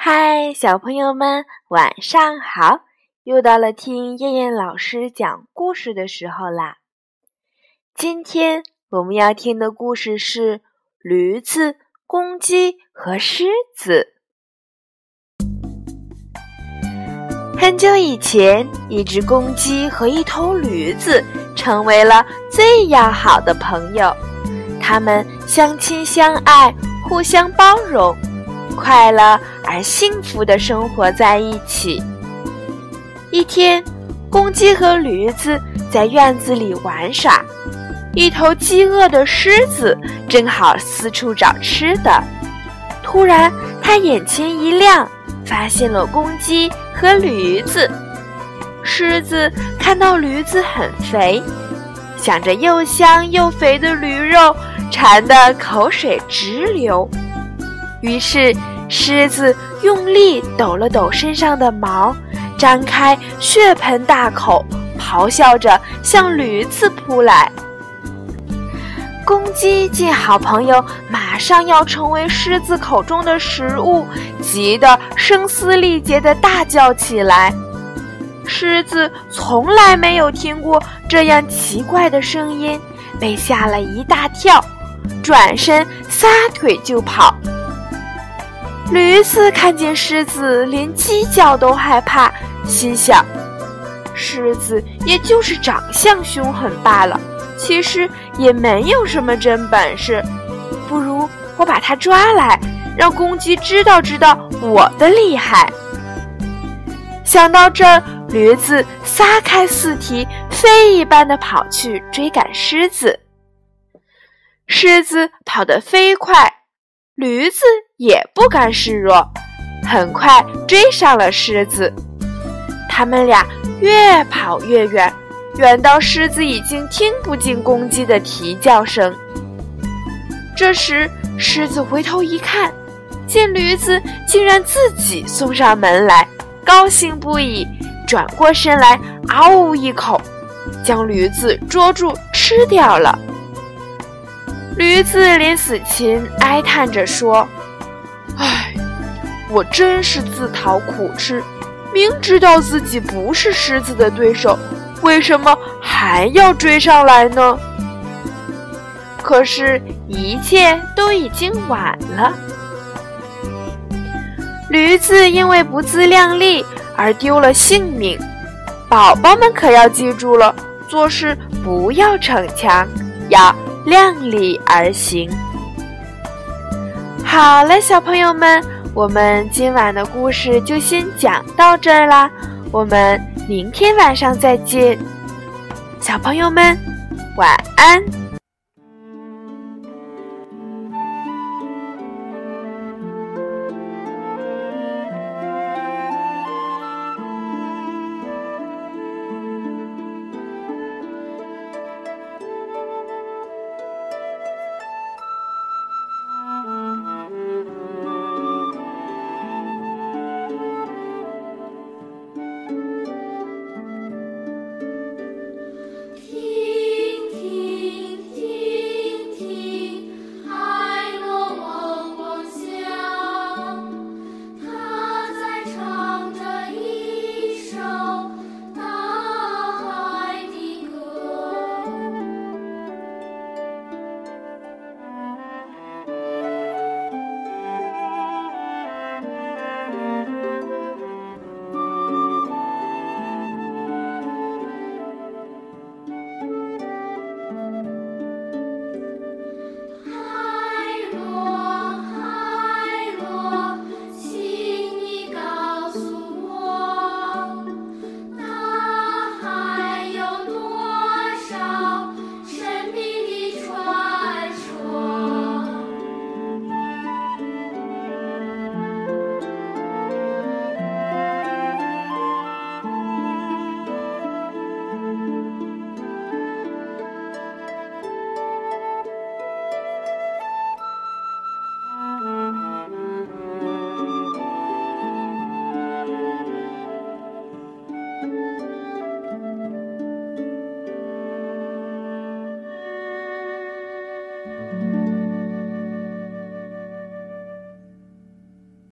嗨，小朋友们，晚上好！又到了听燕燕老师讲故事的时候啦。今天我们要听的故事是驴子、公鸡和狮子。很久以前，一只公鸡和一头驴子成为了最要好的朋友，它们相亲相爱，互相包容，快乐而幸福地生活在一起。一天，公鸡和驴子在院子里玩耍，一头饥饿的狮子正好四处找吃的。突然，它眼前一亮，发现了公鸡和驴子。狮子看到驴子很肥，想着又香又肥的驴肉，馋得口水直流。于是狮子用力抖了抖身上的毛，张开血盆大口，咆哮着向驴子扑来。公鸡见好朋友马上要成为狮子口中的食物，急得声嘶力竭地大叫起来。狮子从来没有听过这样奇怪的声音，被吓了一大跳，转身撒腿就跑。驴子看见狮子连鸡叫都害怕，心想，狮子也就是长相凶狠罢了，其实也没有什么真本事，不如我把它抓来，让公鸡知道我的厉害。想到这儿，驴子撒开四蹄，飞一般的跑去追赶狮子。狮子跑得飞快，驴子也不甘示弱，很快追上了狮子。他们俩越跑越远，远到狮子已经听不见公鸡的啼叫声。这时狮子回头一看，见驴子竟然自己送上门来，高兴不已，转过身来嗷呜一口，将驴子捉住吃掉了。驴子连死前哀叹着说，唉，我真是自讨苦吃，明知道自己不是狮子的对手，为什么还要追上来呢？可是一切都已经晚了。驴子因为不自量力而丢了性命，宝宝们可要记住了，做事不要逞强，要量力而行。好了，小朋友们，我们今晚的故事就先讲到这儿啦，我们明天晚上再见。小朋友们，晚安。